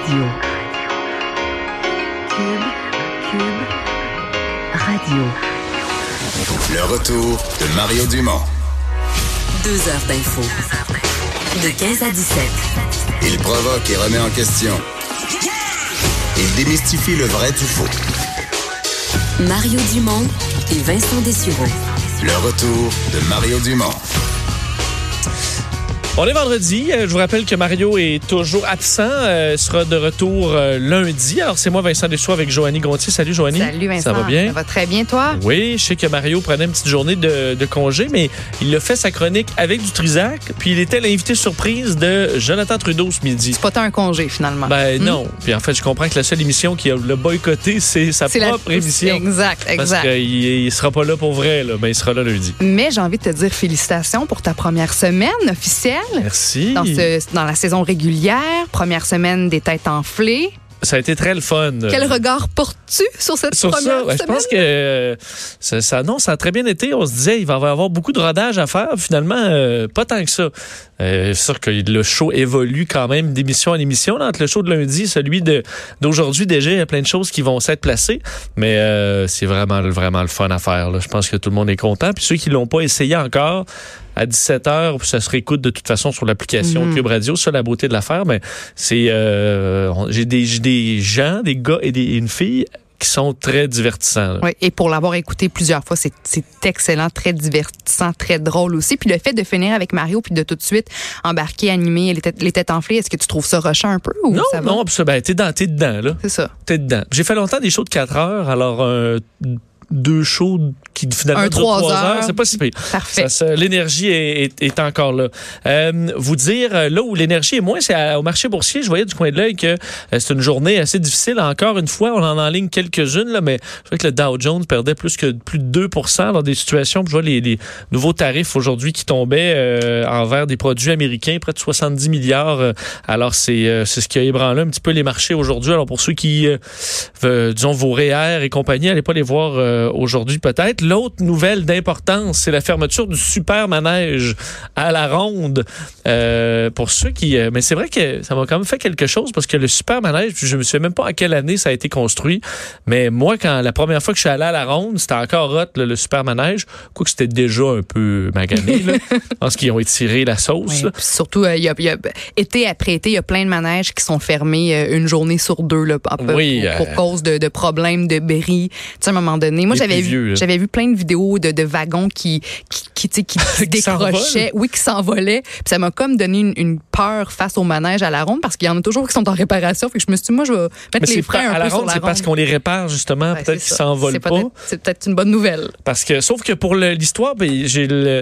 Radio. Cube Radio. Le retour de Mario Dumont. 2 heures d'info. De 15 à 17. Il provoque et remet en question. Il démystifie le vrai du faux. Mario Dumont et Vincent Dessureau. Le retour de Mario Dumont. On est vendredi. Je vous rappelle que Mario est toujours absent. Sera de retour lundi. Alors, c'est moi, Vincent Dessureau, avec Joanie Gontier. Salut, Joanie. Salut, Vincent. Ça va bien? Ça va très bien, toi? Oui, je sais que Mario prenait une petite journée de congé, mais il a fait sa chronique avec du Trisac. Puis, il était l'invité surprise de Jonathan Trudeau ce midi. C'est pas tant un congé, finalement. Ben non. Puis, en fait, je comprends que la seule émission qui a le boycotté, c'est sa propre émission. Exact. Parce qu'il sera pas là pour vrai, là. Ben, il sera là lundi. Mais j'ai envie de te dire félicitations pour ta première semaine officielle. Merci. Dans la saison régulière, première semaine des têtes enflées. Ça a été très le fun. Quel regard portes-tu sur cette première semaine? Je pense que ça a très bien été. On se disait il va y avoir beaucoup de rodage à faire. Finalement, pas tant que ça. C'est sûr que le show évolue quand même d'émission en émission. Là, entre le show de lundi et celui d'aujourd'hui, déjà, il y a plein de choses qui vont s'être placées. Mais c'est vraiment le fun à faire. Là. Je pense que tout le monde est content. Puis ceux qui l'ont pas essayé encore, à 17h, ça se réécoute de toute façon sur l'application Cube Radio. C'est ça la beauté de l'affaire. Mais c'est j'ai des gens, des gars et une fille qui sont très divertissants. Là. Oui, et pour l'avoir écouté plusieurs fois, c'est excellent, très divertissant, très drôle aussi. Puis le fait de finir avec Mario puis de tout de suite embarquer, animer les têtes enflées, est-ce que tu trouves ça rushant un peu ou non, ça va? Non, ben, t'es dedans, là. C'est ça. T'es dedans. J'ai fait longtemps des shows de 4 heures, alors 2 shows qui finalement durent 3 heures, c'est pas si pire. Parfait. L'énergie est encore là. Vous dire, là où l'énergie est moins, c'est au marché boursier. Je voyais du coin de l'œil que c'est une journée assez difficile. Encore une fois, on en enligne quelques-unes, là, mais je vois que le Dow Jones perdait plus de 2% dans des situations. Je vois les nouveaux tarifs aujourd'hui qui tombaient envers des produits américains, près de 70 milliards. Alors, c'est ce qui a ébranlé un petit peu les marchés aujourd'hui. Alors, pour ceux qui, disons, vos REER et compagnie, allez pas les voir aujourd'hui peut-être. L'autre nouvelle d'importance, c'est la fermeture du super manège à la Ronde. Pour ceux qui... mais c'est vrai que ça m'a quand même fait quelque chose parce que le super manège, je me souviens même pas à quelle année ça a été construit, mais moi, la première fois que je suis allé à la Ronde, c'était encore hot, là, le super manège. Quoique c'était déjà un peu magané. Là. Je pense qu'ils ont étiré la sauce. Oui, surtout, été après été, il y a plein de manèges qui sont fermés une journée sur 2 là, pour cause de problèmes de bris. Tu sais, à un moment donné, moi, j'avais vu plein de vidéos de wagons qui décrochaient, qui s'envolaient. Puis ça m'a comme donné une peur face au manège à la Ronde parce qu'il y en a toujours qui sont en réparation. Fait que je me suis dit, moi, je vais mettre les freins un peu sur la Ronde. C'est parce qu'on les répare, justement. Ouais, peut-être qu'ils s'envolent pas. C'est peut-être une bonne nouvelle. Parce que, sauf que pour l'histoire, j'ai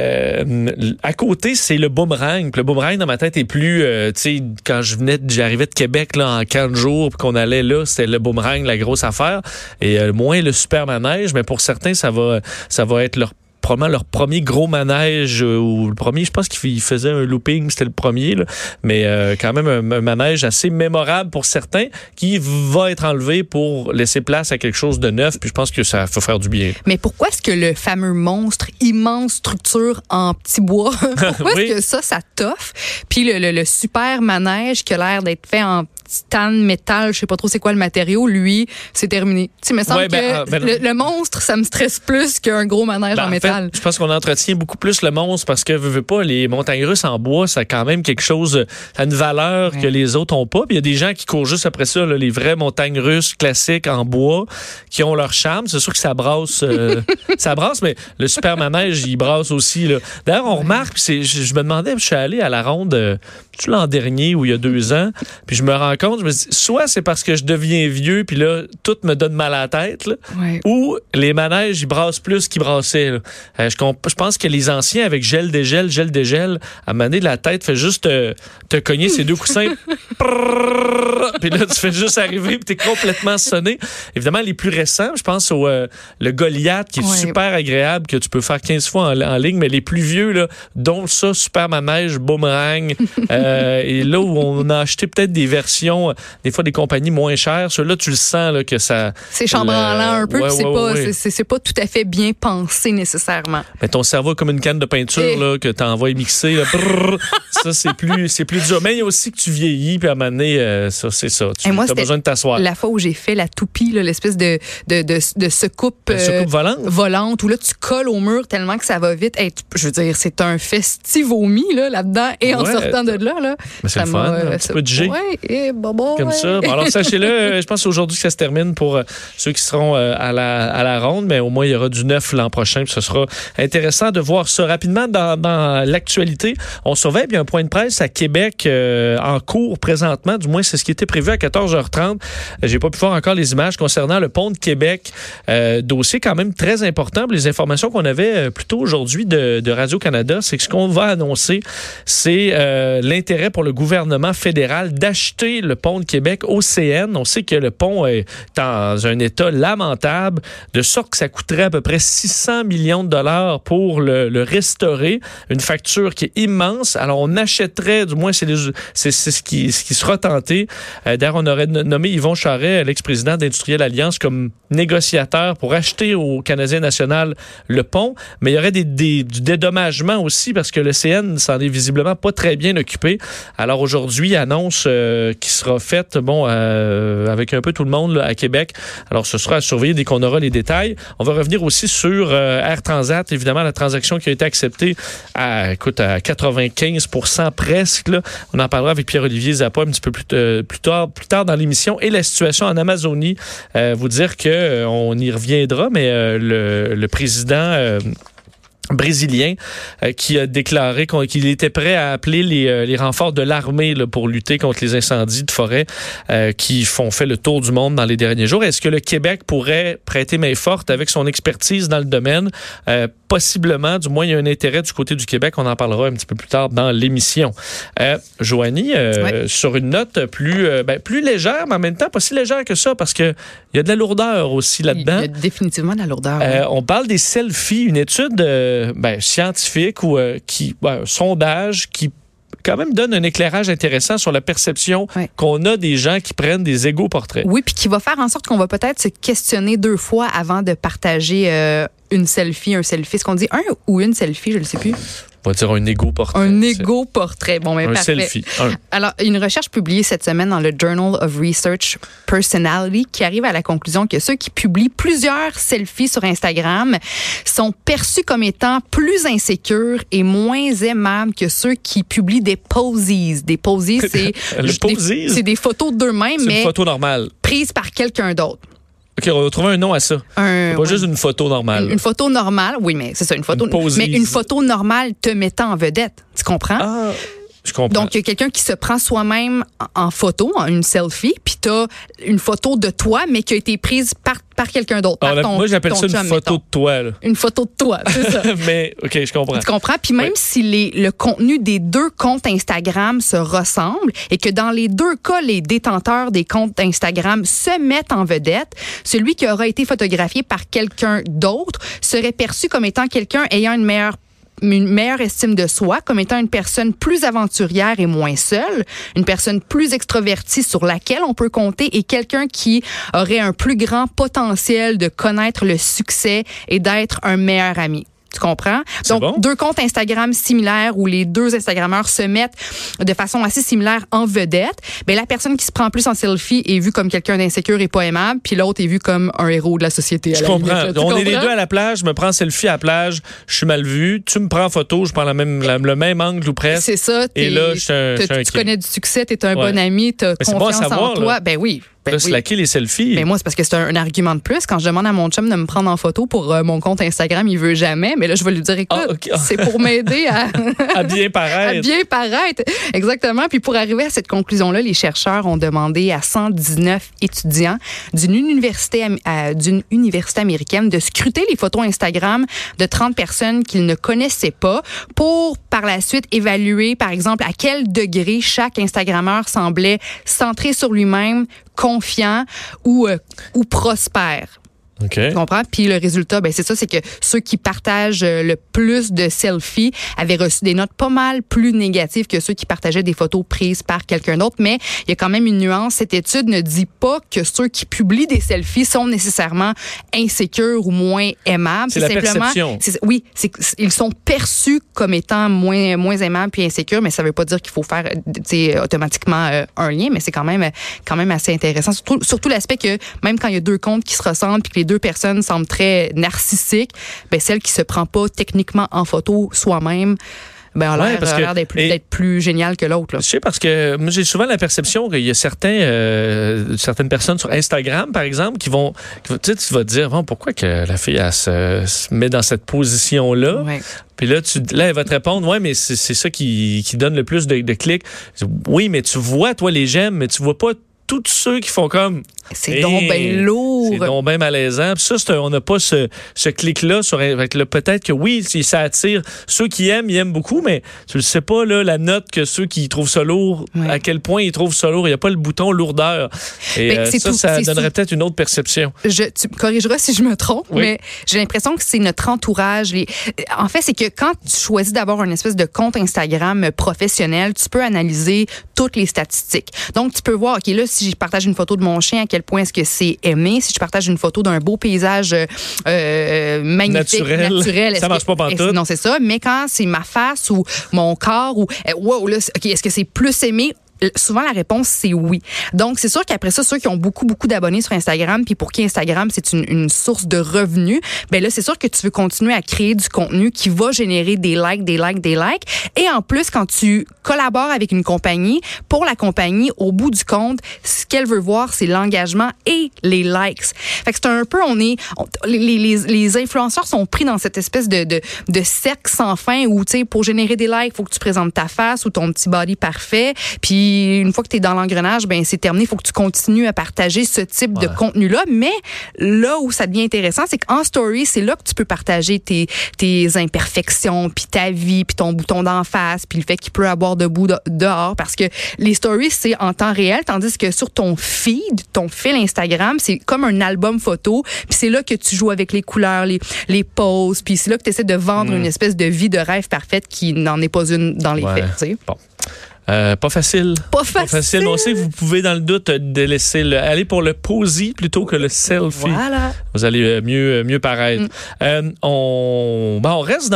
à côté, c'est le boomerang. Puis le boomerang, dans ma tête, est plus, tu sais, quand j'arrivais de Québec, là, en 4 jours, puis qu'on allait là, c'était le boomerang, la grosse affaire. Et moins le super manège, mais pour certains, ça va être probablement leur premier gros manège, ou le premier, je pense qu'il faisait un looping, c'était le premier, là, mais quand même un manège assez mémorable pour certains qui va être enlevé pour laisser place à quelque chose de neuf, puis je pense que ça va faire du bien. Mais pourquoi est-ce que le fameux monstre, immense structure en petit bois, pourquoi oui. est-ce que ça toffe? Puis le super manège qui a l'air d'être fait en titane, métal, je sais pas trop c'est quoi le matériau, lui, c'est terminé. Tu sais, il me semble que le monstre, ça me stresse plus qu'un gros manège en métal. Je pense qu'on entretient beaucoup plus le monstre parce que, veux pas, les montagnes russes en bois, ça a quand même quelque chose, ça a une valeur que les autres ont pas. Puis il y a des gens qui courent juste après ça, là, les vraies montagnes russes classiques en bois, qui ont leur charme. C'est sûr que ça brasse, mais le super manège, il brasse aussi, là. D'ailleurs, on remarque, je me demandais, je suis allé à la Ronde, l'an dernier ou il y a 2 ans, puis je me rends compte, je me dis, soit c'est parce que je deviens vieux, puis là, tout me donne mal à la tête, là, ou les manèges, ils brassent plus qu'ils brassaient, là. Je pense que les anciens, avec gel, dégel, à un moment donné, la tête fait juste te cogner ces 2 coussins. Puis là, tu fais juste arriver puis t'es complètement sonné. Évidemment, les plus récents, je pense au le Goliath, qui est super agréable, que tu peux faire 15 fois en ligne, mais les plus vieux, là, dont ça, super manège, boomerang. Et là où on a acheté peut-être des versions position, des fois des compagnies moins chères. Ceux-là, tu le sens là, que ça... C'est chambranlant un peu, puis c'est pas tout à fait bien pensé nécessairement. Mais ton cerveau est comme une canne de peinture là, que tu envoies mixer. Là, ça, c'est plus dur. Mais il y a aussi que tu vieillis, puis à un moment donné, ça, c'est ça. Tu as besoin de t'asseoir. La fois où j'ai fait la toupie, là, l'espèce de secoupe volante, où là, tu colles au mur tellement que ça va vite. Hey, je veux dire, c'est un festivomi là-dedans, et en sortant de là. Mais c'est le fun, un petit peu de G. Comme ça. Bon, alors, sachez-le, je pense aujourd'hui que ça se termine pour ceux qui seront à la ronde, mais au moins, il y aura du neuf l'an prochain, puis ce sera intéressant de voir ça. Rapidement, dans l'actualité, on surveille bien un point de presse à Québec en cours présentement, du moins, c'est ce qui était prévu à 14h30. J'ai pas pu voir encore les images concernant le pont de Québec. Dossier quand même très important. Les informations qu'on avait plus tôt aujourd'hui de Radio-Canada, c'est que ce qu'on va annoncer, c'est l'intérêt pour le gouvernement fédéral d'acheter le pont de Québec au CN. On sait que le pont est dans un état lamentable, de sorte que ça coûterait à peu près 600 millions de dollars pour le restaurer. Une facture qui est immense. Alors, on achèterait, du moins, c'est ce qui sera tenté. D'ailleurs, on aurait nommé Yvon Charest, l'ex-président d'Industriel Alliance, comme négociateur pour acheter au Canadien national le pont. Mais il y aurait du dédommagement aussi parce que le CN s'en est visiblement pas très bien occupé. Alors aujourd'hui, annonce qui sera faite avec un peu tout le monde là, à Québec. Alors ce sera à surveiller dès qu'on aura les détails. On va revenir aussi sur Air Transat. Évidemment, la transaction qui a été acceptée à 95% presque. Là. On en parlera avec Pierre-Olivier Zappa un petit peu plus tard dans l'émission. Et la situation en Amazonie. Vous dire qu'on y reviendra, mais le président... brésilien qui a déclaré qu'il était prêt à appeler les renforts de l'armée là, pour lutter contre les incendies de forêt qui fait le tour du monde dans les derniers jours. Est-ce que le Québec pourrait prêter main forte avec son expertise dans le domaine? Possiblement, du moins, il y a un intérêt du côté du Québec. On en parlera un petit peu plus tard dans l'émission. Joanie, sur une note plus légère, mais en même temps pas si légère que ça, parce que il y a de la lourdeur aussi là-dedans. Il y a définitivement de la lourdeur. On parle des selfies, une étude scientifique ou sondage qui quand même donne un éclairage intéressant sur la perception qu'on a des gens qui prennent des égaux portraits. Oui, puis qui va faire en sorte qu'on va peut-être se questionner 2 fois avant de partager un selfie. Est-ce qu'on dit un ou une selfie? Je ne le sais plus. On va dire un égo-portrait. Un égo-portrait. Bon, mais un parfait. Selfie. Alors, une recherche publiée cette semaine dans le Journal of Research Personality qui arrive à la conclusion que ceux qui publient plusieurs selfies sur Instagram sont perçus comme étant plus insécures et moins aimables que ceux qui publient des posies. Des posies, c'est des photos d'eux-mêmes, mais une photo normale. Prises par quelqu'un d'autre. OK, on va trouver un nom à ça. Pas juste une photo normale. Une photo normale, oui, mais c'est ça, une photo. Mais une photo normale te mettant en vedette. Tu comprends? Ah, je comprends. Donc, il y a quelqu'un qui se prend soi-même en photo, en une selfie, puis t'as une photo de toi, mais qui a été prise par quelqu'un d'autre. Moi, j'appelle ça une photo de toi. Là. Une photo de toi, c'est ça. Mais, OK, je comprends. Tu comprends? Puis même si le contenu des 2 comptes Instagram se ressemble et que dans les 2 cas, les détenteurs des comptes Instagram se mettent en vedette, celui qui aura été photographié par quelqu'un d'autre serait perçu comme étant quelqu'un ayant une meilleure estime de soi, comme étant une personne plus aventurière et moins seule, une personne plus extrovertie sur laquelle on peut compter et quelqu'un qui aurait un plus grand potentiel de connaître le succès et d'être un meilleur ami. Tu comprends? Donc, bon. 2 comptes Instagram similaires où les 2 Instagrammeurs se mettent de façon assez similaire en vedette. Ben, la personne qui se prend plus en selfie est vue comme quelqu'un d'insécure et pas aimable, puis l'autre est vue comme un héros de la société. Je comprends. On est les 2 à la plage, je me prends en selfie à la plage, je suis mal vu. Tu me prends en photo, je prends le même angle ou presque. C'est ça. Et là, tu connais du succès, t'es un bon ami, t'as confiance en toi. Là. Ben oui. Slacker les selfies. Mais moi, c'est parce que c'est un argument de plus. Quand je demande à mon chum de me prendre en photo pour mon compte Instagram, il veut jamais. Mais là, je vais lui dire, écoute, c'est pour m'aider à bien paraître. À bien paraître. Exactement. Puis pour arriver à cette conclusion-là, les chercheurs ont demandé à 119 étudiants d'une université américaine de scruter les photos Instagram de 30 personnes qu'ils ne connaissaient pas pour, par la suite, évaluer, par exemple, à quel degré chaque Instagrammeur semblait centré sur lui-même, confiant ou prospère. Okay. Tu comprends? Puis le résultat, c'est ça, c'est que ceux qui partagent le plus de selfies avaient reçu des notes pas mal plus négatives que ceux qui partageaient des photos prises par quelqu'un d'autre. Mais il y a quand même une nuance. Cette étude ne dit pas que ceux qui publient des selfies sont nécessairement insécures ou moins aimables. C'est la perception. Oui, ils sont perçus comme étant moins aimables puis insécures, mais ça veut pas dire qu'il faut faire automatiquement un lien, mais c'est quand même assez intéressant. Surtout l'aspect que même quand il y a deux comptes qui se ressemblent puis que les deux personnes semblent très narcissiques, celle qui se prend pas techniquement en photo soi-même, a l'air d'être plus génial que l'autre. Là. Je sais, parce que moi, j'ai souvent la perception qu'il y a certaines personnes sur Instagram, par exemple, qui vont tu vas te dire, pourquoi que la fille, elle se met dans cette position-là? Ouais. Puis là, elle va te répondre, mais c'est ça qui donne le plus de clics. Oui, mais tu vois, toi, les j'aime, mais tu vois pas tous ceux qui font comme... C'est donc bien lourd. C'est donc bien malaisant. Puis ça, on n'a pas ce clic-là. Peut-être que oui, ça attire. Ceux qui aiment, ils aiment beaucoup, mais tu ne sais pas là, la note que ceux qui trouvent ça lourd, à quel point ils trouvent ça lourd. Il n'y a pas le bouton lourdeur. Et ça donnerait peut-être une autre perception. Tu me corrigeras si je me trompe, mais j'ai l'impression que c'est notre entourage. En fait, c'est que quand tu choisis d'avoir une espèce de compte Instagram professionnel, tu peux analyser toutes les statistiques. Donc, tu peux voir, OK, là, si je partage une photo de mon chien, à quel point est-ce que c'est aimé? Si je partage une photo d'un beau paysage magnifique, naturel, ça marche pas pantoute. Non, c'est ça. Mais quand c'est ma face ou mon corps ou là, OK, est-ce que c'est plus aimé? Souvent, la réponse, c'est oui. Donc, c'est sûr qu'après ça, ceux qui ont beaucoup d'abonnés sur Instagram, puis pour qui Instagram, c'est une source de revenus, là, c'est sûr que tu veux continuer à créer du contenu qui va générer des likes. Et en plus, quand tu collabores avec une compagnie, pour la compagnie, au bout du compte, ce qu'elle veut voir, c'est l'engagement et les likes. Fait que c'est un peu, les influenceurs sont pris dans cette espèce de cercle sans fin où, tu sais, pour générer des likes, il faut que tu présentes ta face ou ton petit body parfait, puis une fois que tu es dans l'engrenage, c'est terminé. Il faut que tu continues à partager ce type de contenu-là. Mais là où ça devient intéressant, c'est qu'en story, c'est là que tu peux partager tes imperfections, puis ta vie, puis ton bouton d'en face, puis le fait qu'il peut avoir debout dehors. Parce que les stories, c'est en temps réel, tandis que sur ton feed, ton fil Instagram, c'est comme un album photo. Puis c'est là que tu joues avec les couleurs, les poses. Puis c'est là que tu essaies de vendre une espèce de vie de rêve parfaite qui n'en est pas une dans les faits. T'sais. Bon. Pas facile. Pas facile. On sait que vous pouvez, dans le doute, aller pour le posy plutôt que le selfie. Voilà. Vous allez mieux paraître. On reste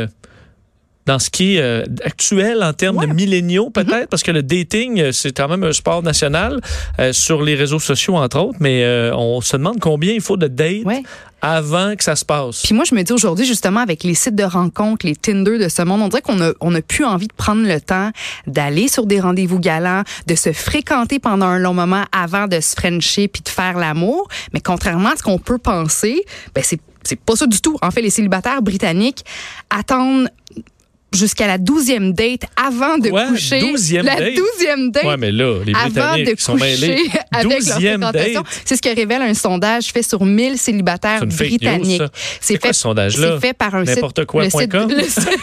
dans ce qui est actuel en termes de milléniaux, peut-être, parce que le dating, c'est quand même un sport national sur les réseaux sociaux, entre autres, mais on se demande combien il faut de dates avant que ça se passe. Puis moi, je me dis aujourd'hui, justement, avec les sites de rencontres, les Tinder de ce monde, on dirait qu'on a plus envie de prendre le temps d'aller sur des rendez-vous galants, de se fréquenter pendant un long moment avant de se frencher puis de faire l'amour. Mais contrairement à ce qu'on peut penser, c'est pas ça du tout. En fait, les célibataires britanniques attendent jusqu'à la 12e date avant de coucher. 12e la 12e date. Ouais, mais là, les Britanniques sont mêlés. Avec leur fréquentation. C'est ce que révèle un sondage fait sur 1000 célibataires britanniques. C'est quoi ce sondage-là? C'est fait par un n'importe quoi.com. Le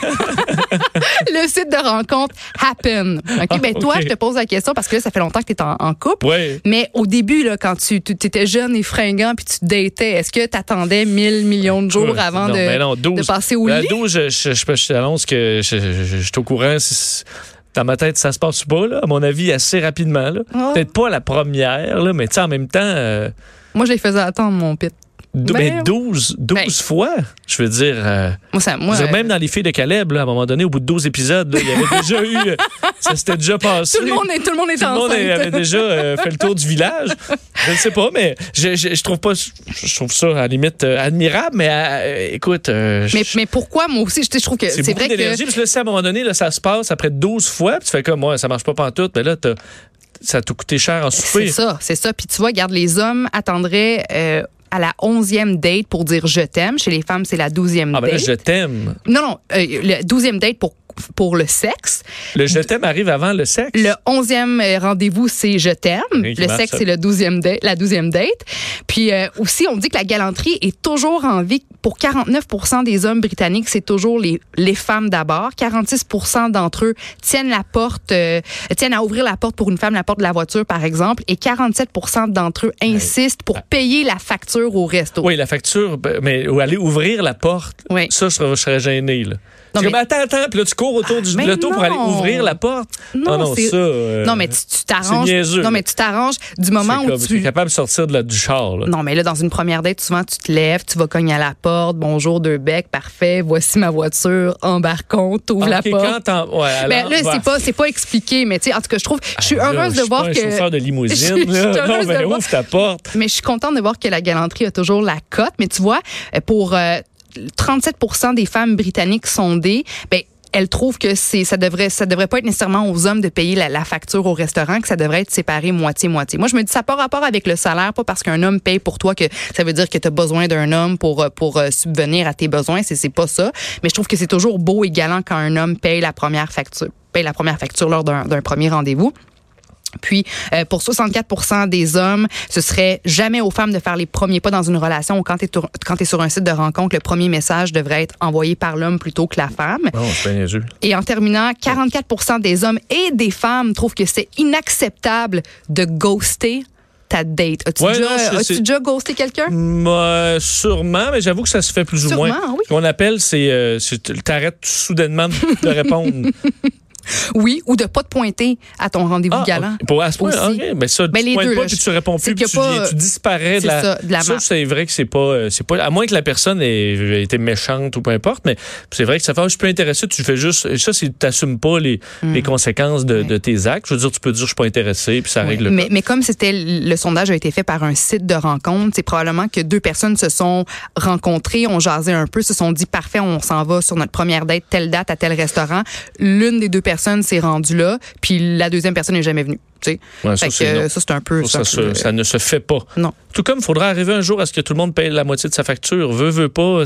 site de rencontre Happen. Toi, je te pose la question parce que là, ça fait longtemps que tu es en couple. Ouais. Mais au début, là, quand tu étais jeune et fringant puis tu datais, est-ce que tu attendais 1000 millions de jours avant de passer au lit? À 12, je t'annonce que je suis au courant. Dans ma tête, ça se passe pas, là, à mon avis, assez rapidement. Là. Peut-être pas la première, là, mais en même temps... Moi, je les faisais attendre, mon pit. Mais 12 fois, je veux dire... même dans les filles de Caleb, là, à un moment donné, au bout de 12 épisodes, là, il y avait déjà eu... ça s'était déjà passé. Tout le monde est enceinte. Tout le monde avait déjà fait le tour du village. Je ne sais pas, mais je trouve ça, à la limite, admirable, mais écoute... mais pourquoi, moi aussi, je trouve que c'est vrai d'énergie, parce que là, si à un moment donné, là, ça se passe après 12 fois, puis tu fais comme, ça marche pas pantoute, mais là, ça t'a coûté cher en souper. C'est ça. Puis tu vois, regarde, les hommes attendraient... à la 11e date pour dire « je t'aime ». Chez les femmes, c'est la 12e date. Ah, ben là, je t'aime. Non, la 12e date pour pour le sexe. Le je t'aime arrive avant le sexe? Le 11e rendez-vous, c'est je t'aime. Le sexe, c'est la 12e date. Puis aussi, on dit que la galanterie est toujours en vie. Pour 49% des hommes britanniques, c'est toujours les femmes d'abord. 46% d'entre eux tiennent à ouvrir la porte pour une femme, la porte de la voiture, par exemple. Et 47% d'entre eux insistent pour payer la facture au resto. Oui, la facture, mais aller ouvrir la porte, oui. Ça, je serais gêné, là. Non, mais... attends, puis là, tu cours autour du loto pour aller ouvrir la porte. Non, mais tu t'arranges. Non, mais tu t'arranges du moment où tu es capable de sortir du char. Là. Non, mais là, dans une première date, souvent, tu te lèves, tu vas cogner à la porte. Bonjour, 2 becs, parfait. Voici ma voiture. Embarquons, t'ouvres la porte. C'est pas expliqué, mais tu sais, en tout cas, je trouve, je suis heureuse de voir que. Je suis pas un chauffeur de limousine. Non, mais ouvre ta porte. Mais je suis contente de voir que la galanterie a toujours la cote. Mais tu vois, pour 37% des femmes britanniques sondées, elles trouvent que ça devrait pas être nécessairement aux hommes de payer la facture au restaurant, que ça devrait être séparé moitié-moitié. Moi, je me dis, ça n'a pas rapport avec le salaire, pas parce qu'un homme paye pour toi que ça veut dire que tu as besoin d'un homme pour subvenir à tes besoins. C'est pas ça. Mais je trouve que c'est toujours beau et galant quand un homme paye la première facture lors d'un premier rendez-vous. Puis, pour 64% des hommes, ce serait jamais aux femmes de faire les premiers pas dans une relation ou quand t'es sur un site de rencontre, le premier message devrait être envoyé par l'homme plutôt que la femme. Oh, c'est bien niaiseux. Et en terminant, 44% des hommes et des femmes trouvent que c'est inacceptable de ghoster ta date. As-tu déjà ghosté quelqu'un? Sûrement, mais j'avoue que ça se fait plus ou moins. Oui. Ce qu'on appelle, c'est t'arrêtes soudainement de répondre. Oui, ou de pas te pointer à ton rendez-vous galant. Pour à ce point, OK. Mais ça, tu te pointes pas, puis tu réponds plus, puis tu disparais de la... Ça, c'est vrai que c'est pas... À moins que la personne ait été méchante ou peu importe, mais c'est vrai que ça fait, je suis pas intéressé, tu fais juste... Ça, c'est t'assumes pas les conséquences de tes actes. Je veux dire, tu peux dire, je suis pas intéressé, puis ça règle le cas. Mais comme le sondage a été fait par un site de rencontre, c'est probablement que 2 personnes se sont rencontrées, ont jasé un peu, se sont dit, parfait, on s'en va sur notre première date, telle date, à tel restaurant. L'une des 2 personnes s'est rendue là, puis la 2e personne n'est jamais venue. Ouais, ça, c'est un peu... Ça ne se fait pas. Non. Tout comme il faudra arriver un jour à ce que tout le monde paye la moitié de sa facture. Veut pas,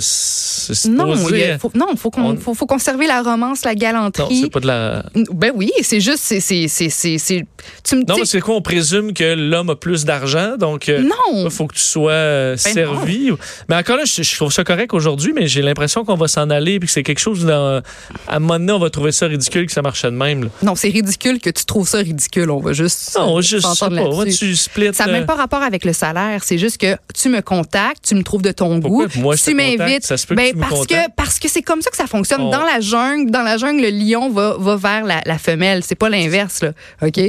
faut conserver la romance, la galanterie. Non, c'est pas de la... Ben oui, c'est juste... Non, mais c'est quoi? On présume que l'homme a plus d'argent, donc il faut que tu sois servi. Non. Mais encore là, je trouve ça correct aujourd'hui, mais j'ai l'impression qu'on va s'en aller puis que c'est quelque chose... À un moment donné, on va trouver ça ridicule que ça marchait de même. Là. Non, c'est ridicule que tu trouves ça ridicule. On va juste s'entendre là-dessus. Ça n'a même pas rapport avec le salaire. C'est juste que tu me contactes, tu me trouves de ton goût, tu m'invites. Parce que c'est comme ça que ça fonctionne. Dans la jungle, le lion va vers la femelle. C'est pas l'inverse, là. OK?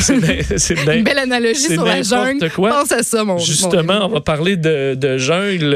C'est une belle analogie sur la jungle. Pense à ça, mon Justement, on va parler de jungle.